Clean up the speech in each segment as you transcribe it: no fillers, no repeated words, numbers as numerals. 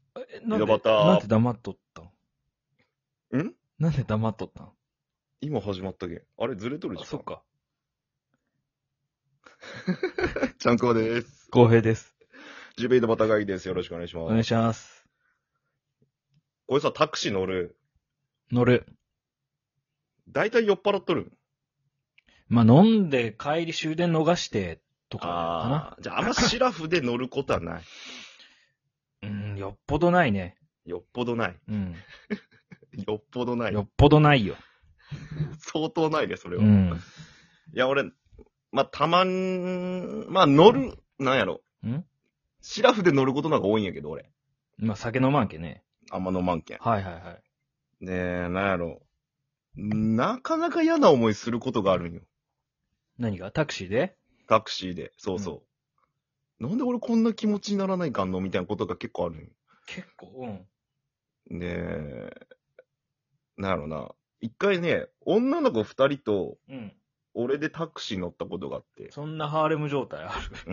井戸端。 なんで黙っとったん？ んなんで黙っとったん？ 今始まったけん。あれ、ずれとるあ、 時間。 そっか。 ちゃんこです。 公平です。 ジュベ井戸端会議です。よろしくお願いしお願います。 します。 これさ、タクシー乗る。 乗る。 だいたい酔っ払っとる。 まあ、飲んで帰り終電逃してとかかじゃああんまシラフで乗ることはない。 な。よっぽどないね。 よっぽどない。 うん。 よっぽどない。 よっぽどないよ。 相当ないね、それは。いうん。 や、俺、まあ、乗る、なんやろ。シラフで乗ることの方が多いんやけど、俺。 まあ、酒飲まんけね。 あんま飲まんけん。 はいはいはい。 なんやろ。なかなか嫌な思いすることがあるんよ。 何がタクシーで？ タクシーで。そうそう。なんで俺こんな気持ちにならないかんのみたいなことが結構あるんよ。 結構、 なんやろな。一回ね、女の子二人と、 うん。 俺でタクシー乗ったことがあって。 そんなハーレム状態ある。 うん。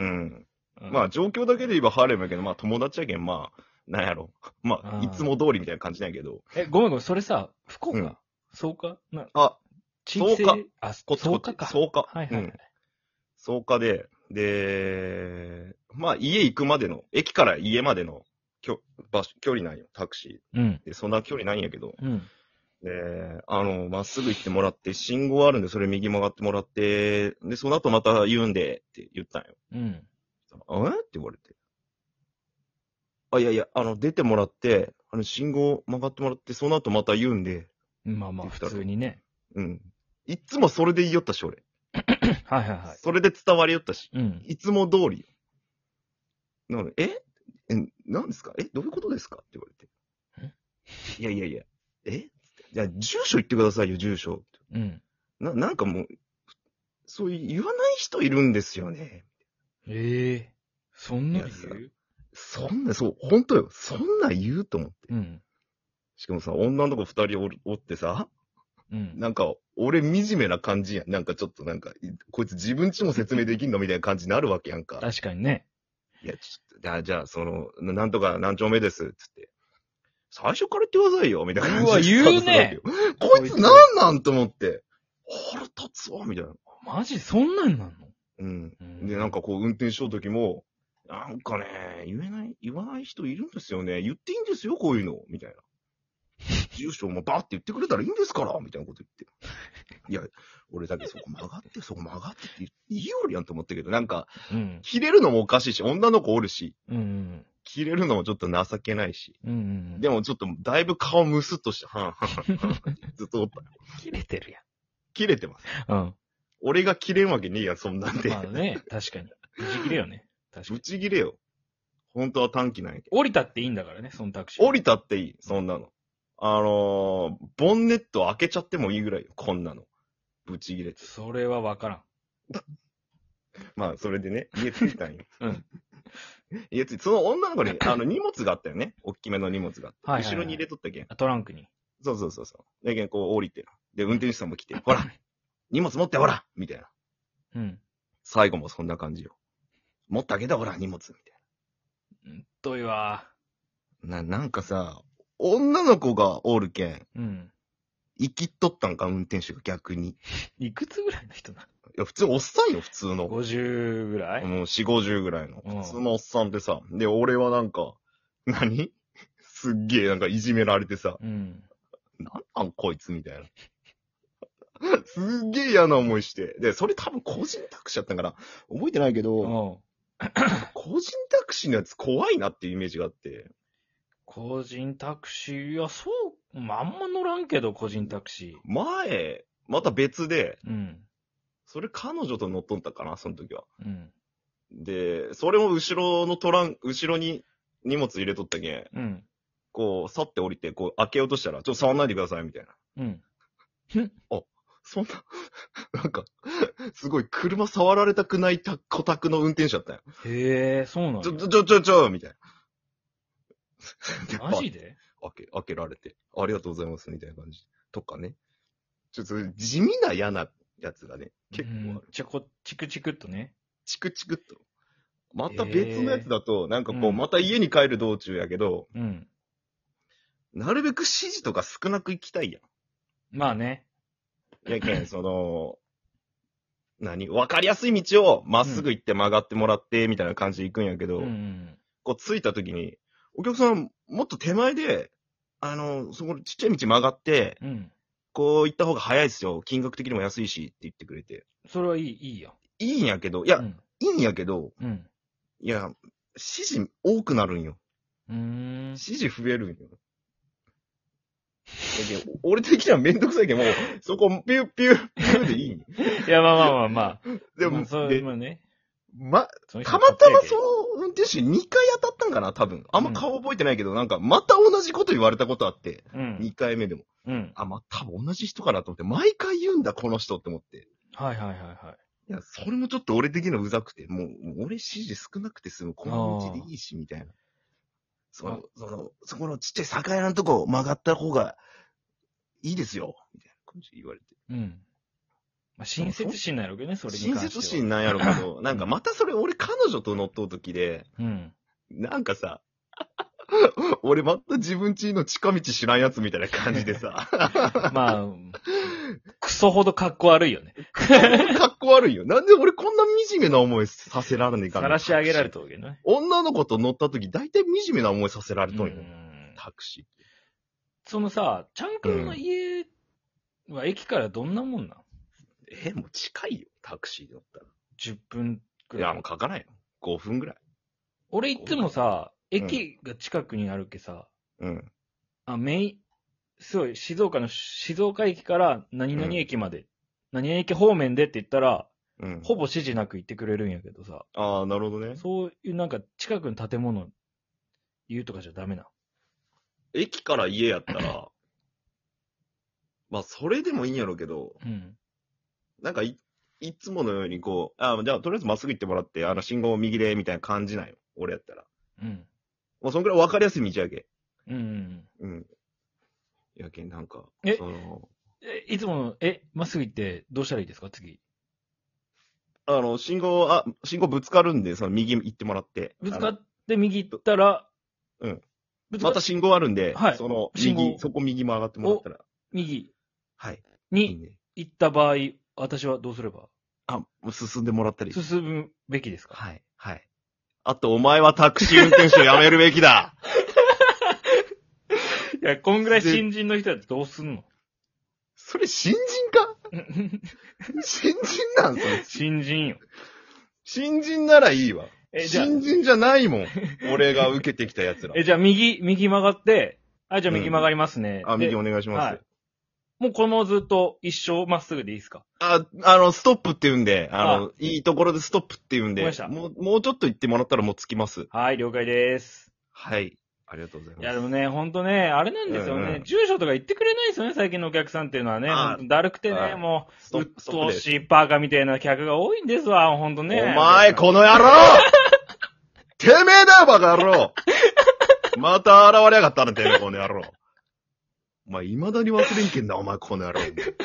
うん、 まあ状況だけで言えばハーレムやけど、まあ友達やけん、まあ、なんやろ。まあ、いつも通りみたいな感じなんやけど。 ごめんごめん、それさ、福岡、 うん、 そうかあ、 地域性草加。 あ、 こっち草加か。 草加。 はいはいはい。 草加で、まあ家行くまでの、駅から家までの距離なんよ、タクシー。 うん。 で、そんな距離ないんやけど。 うん。 まっすぐ行ってもらって、信号あるんで、それ右曲がってもらって、で、その後また言うんで、って言ったんよ。 うん。 って言われて。いやいや、出てもらって、信号曲がってもらって、その後また言うんで。 まあまあ、普通にね。 うん。いつもそれで言いよったし、俺。 はいはいはい。 それで伝わりよったし。 うん。 いつも通りよ。なので、何ですか？どういうことですか？って言われて。いやいやいや、いや、住所言ってくださいよ、住所。 うん。 なんかもう、そう言わない人いるんですよね。 そんなに言う？ そう、本当よ。そんな言うと思って。 うん。 しかもさ、女の子二人おってさ、 うん。 なんか、俺惨めな感じやん。なんかちょっとなんか、こいつ自分ちも説明できんのみたいな感じになるわけやんか。 確かにね。 いや、ちょっと、じゃあ、なんとか何丁目です、つって。最初から言ってくださいよ、みたいな感じで。 うわ言うね。 こいつなんなんと思って。腹立つわ、みたいな。 マジそんなんなんの？ うん。で、なんかこう、運転しとるときも、なんかね、言わない人いるんですよね。言っていいんですよ、こういうの。みたいな。住所もバーって言ってくれたらいいんですから、みたいなこと言って。いや、俺だけそこ曲がってって言いよるやんと思ったけど、なんか、 うん。 切れるのもおかしいし、女の子おるし、 うん。 切れるのもちょっと情けないし。 うん。 でもちょっと、だいぶ顔ムスっとして、ずっとおったよ。 切れてるや切れてます。 ん。うん。 俺が切れんわけねえやん、そんなんで。 まあね、確かに。ブチ切れよね。確かぶに。 ち切れよ。本当は短期なんやけど。 降りたっていいんだからね、そのタクシー。 降りたっていい、そんなの。ボンネット開けちゃってもいいぐらいよ、こんなの。ぶち切れて。 それはわからん。 まあ、それでね、家着いたんよ。 うん。 家着いて、その女の子に、荷物があったよね。大きめの荷物があって。 はいはいはい後ろに入れとったけん。 トランクに。 そうそうそうそう。だけん、こう降りて。で、運転手さんも来て、ほら荷物持って、ほらみたいな。 うん。 最後もそんな感じよ。持ってあげた、ほら、荷物みたいといわ。 な。なんかさ、女の子がおるけん、 うん。 生きっとったんか、運転手が逆に。 いくつぐらいの人なの？ いや、普通おっさんよ、普通の。 50ぐらい？ もう4、50ぐらいの。 うん普通のおっさんでさ。で、俺はなんか、何すっげえなんかいじめられてさ。 うん。 なんこいつみたいな。すっげえ嫌な思いして。で、それ多分個人タクシーだったから、覚えてないけど、 おう個人タクシーのやつ怖いなっていうイメージがあって。 個人タクシー、いや、そう、まああんま乗らんけど、個人タクシ前、また別で、 ー。うん。 それ彼女と乗っとったかな、その時は。 うん。 で、それも後ろに荷物入れとったけん、 うん。 こう、去って降りて、こう、開けようとしたら、ちょっと触んないでください、みたいな。 うん。 そんな、なんか、すごい車触られたくないコタクの運転手だったよ。 へえ、そうなんや。 みたいな。 マジで？ 開けられて、ありがとうございます、みたいな感じ。とかね。ちょっと地味な嫌なやつがね、結構ある。 チクチクっとね。 チクチクっと。 また別のやつだと、なんかこう、 うんまた家に帰る道中やけど、 うん。 なるべく指示とか少なく行きたいやまあね。 ん。やけん、わかりやすい道をまっすぐ行って曲がってもらって、みたいな感じで行くんやけど、 うん。 こう着いた時に、お客さん、もっと手前で、そこちっちゃい道曲がって、 うん。 こう行った方が早いですよ。金額的にも安いしって言ってくれて。 それはいい、いいよ。 いいんやけど、いや、 うん。 いいんやけど、 うん。 いや、指示多くなるんよ。 指指示増えるんよ。だけど俺的にはめんどくさいけど、もう、そこ、ピューピューピューでいいんよ。 いや、まあまあまあまあ。 でも、 まあそう、 でまあね。その人たまたまそ勝の運転手に2回当たったんかな、多分。あんま顔覚えてないけど、なんか、また同じこと言われたことあって、 手やけ 2回目でも。 うん。 多分同じ人かなと思って、毎回言うんだ、この人って思って。 はいはいはいはい。 いや、それもちょっと俺的にはうざくて、もう、俺指示少なくて済む、この道でいいし、みたいな。そこのちっちゃい酒屋のとこ曲がった方がいいですよ、みたいな感じで言われて。 うん。まあ、親切心なんやろうけどね、それに関しては。 親切心なんやろうけど、なんかまたそれ俺彼女と乗っとう時で、 うん。 なんかさ、俺また自分家の近道知らんやつみたいな感じでさ、 まあ、クソほど格好悪いよね。 かっこ悪いよ。なんで俺こんな惨めな思いさせられねえか晒し上げられたわけね。 女の子と乗った時大体惨めな思いさせられとんよ。 うんタクシー。 そのさ、ちゃんくんの家は駅からどんなもんなん？ もう近いよ、タクシーで乗ったら。 10分くいや、 らい。 もう書かないよ。5分ぐらい。 俺いつもさ、 うん駅が近くにあるけさ、 うん。 すごい、静岡駅から何々駅まで、何々駅方面でって言ったら、 うん。 ほぼ指示なく行ってくれるんやけどさ、 ああ、なるほどね。 そういうなんか近くの建物言うとかじゃダメな。 駅から家やったら、まあ、それでもいいんやろうけど、 うん。 なんかいつものようにこう、じゃあ、とりあえずまっすぐ行ってもらって、信号右で、みたいな感じなんよ。俺やったら。 うん。 もうそんくらい分かりやすい道やけ。 うん。 うん。やけん、なんか、 いつもの、まっすぐ行ってどうしたらいいですか次。 信号ぶつかるんで、右行ってもらって。 ぶつかって右行ったら、 うん。 ぶつかったま信号あるんで、 はい信号そこ右曲がってもらったら。 右はい。いいにね。 行った場合、私はどうすればもう進んでもらったり。 進むべきですか？ はい。はい。あと、お前はタクシー運転手をやめるべきだ。 いや、こんぐらい新人の人だってどうすんの？ それ新人か新人なんそれ。 新人よ。 新人ならいいわ。 じゃあ新人じゃないもん。俺が受けてきた奴ら。 じゃあ右曲がって、じゃあ右曲がりますね。 右でお願いします。 はいもうこのままずっと一生まっすぐでいいですか？ ストップって言うんで、 あいいところでストップって言うんで、 わかりましたもうちょっと行ってもらったらもう着きます。 はい、了解です。 はい。ありがとうございます。 いや、でもね、ほんとね、あれなんですよね。 うんうん住所とか言ってくれないですよね、最近のお客さんっていうのはね。ほんとだるくてね、 はいもう、うっストップですとうしいバカみたいな客が多いんですわ、ほんとね。 お前、この野郎てめえだよ、バカ野郎また現れやがったな、てめえ、この野郎。お前、未だに忘れんけんな、お前、この野郎。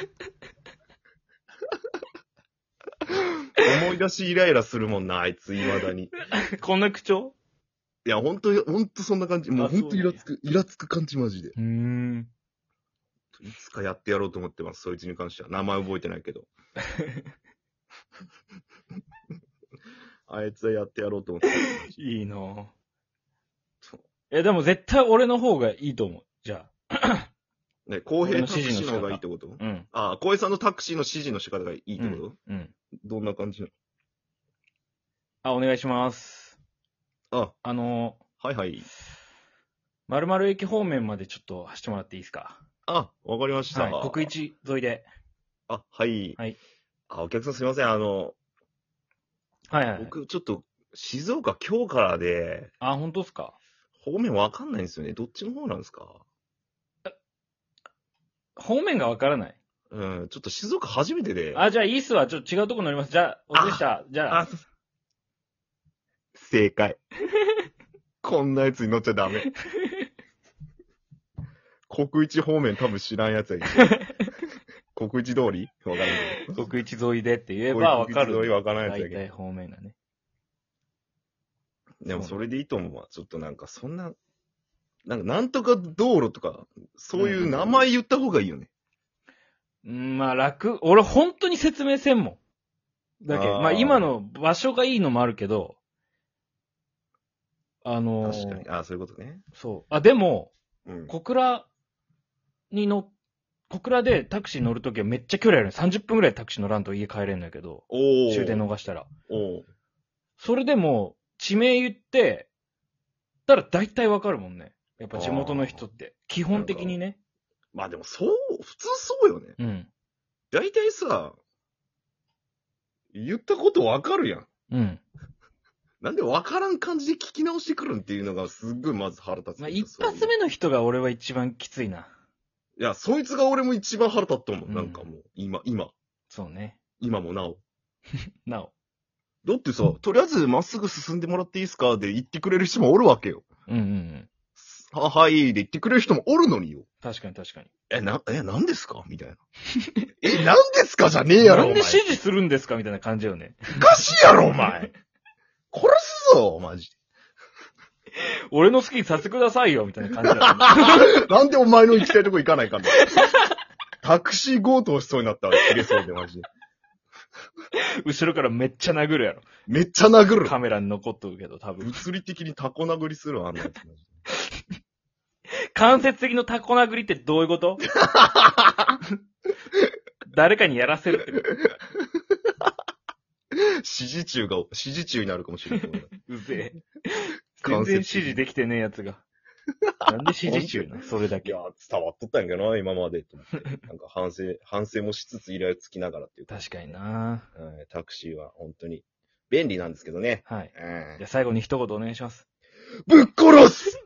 思い出しイライラするもんな、あいつ、未だに。 こんな口調いや、ほんとそんな感じ。もうほんとイラつく感じ、マジで。 うーん。 いつかやってやろうと思ってます、そいつに関しては。名前覚えてないけど。あいつはやってやろうと思ってます。 いいなぁ。 そうでも絶対俺の方がいいと思う。じゃあ。 ね、公平タクシーの方がいいってことうん。 公平さんのタクシーの指示の仕方がいいってこと、 うん。 どんな感じなお願いします。 のはいはい。 〇〇駅方面までちょっと走ってもらっていいですか？ わかりました。 はい。国一沿いで。 はい。 はい。 お客さんすいません。 はいはい。 僕ちょっと静岡今日からで、 本当っすか？ 方面わかんないんですよね。どっちの方なんですか？ 方面がわからない。 うん、ちょっと静岡初めてで。 じゃあいいっすわ。ちょっと違うとこ乗ります。じゃあ、お疲れした。じゃあ。 正解。こんなやつに乗っちゃダメ。国一方面多分知らんやつやけど。国一通りわからんけど。 国一沿いでって言えばわかる。 国一沿いわからんやつやけど。 大体方面だね。 でもそれでいいと思うわ。ちょっとなんかそんな、なんとか道路とか、そういう名前言った方がいいよね。 まあ俺本当に説明せんもん。だけど、まあ今の場所がいいのもあるけど、 確かに。そういうことね。 そう。でも、 うん。 小倉でタクシー乗るときはめっちゃ距離あるね。30分ぐらいタクシー乗らんと家帰れんのやけど、終電逃したら。それでも、地名言って、たら大体わかるもんね。やっぱ地元の人って。基本的にね。 まあでも普通そうよね。 うん。 大体さ、言ったことわかるやん。 うん。 なんでわからん感じで聞き直してくるんっていうのがすっごいまず腹立つ。 まあ一発目の人が俺は一番きついな。 いや、そいつが俺も一番腹立ったもん。 うんなんかもう、今。 そうね。 今もなお。 なお。 だってさ、とりあえずまっすぐ進んでもらっていいですかで言ってくれる人もおるわけよ。 うんうんうん。 はいで言ってくれる人もおるのによ。 確かに確かに。 何ですかみたいな。何ですかじゃねえやろ、 なんで指示するんですかみたいな感じよね。 おかしいやろ、お前。殺すぞ、マジで。 俺の好きにさせてくださいよ、みたいな感じだよね。 なんでお前の行きたいとこ行かないかんのタクシー強盗しそうになったら切れそうで、マジで。 後ろからめっちゃ殴るやろ。 めっちゃ殴る。 カメラに残っとるけど、多分。 物理的にタコ殴りするわ、あんなやつ。 間接的のタコ殴りってどういうこと誰かにやらせるってこと指示中になるかもしれない。 うぜえ。全然指示できてねえやつが。なんで指示中なそれだけ。 いや、伝わっとったんやけどな、今まで。と思ってなんか反省もしつつイラつきながらっていうか。 確かにな。 タクシーは本当に便利なんですけどね。 はい。じゃあ最後に一言お願いします。 ぶっ殺す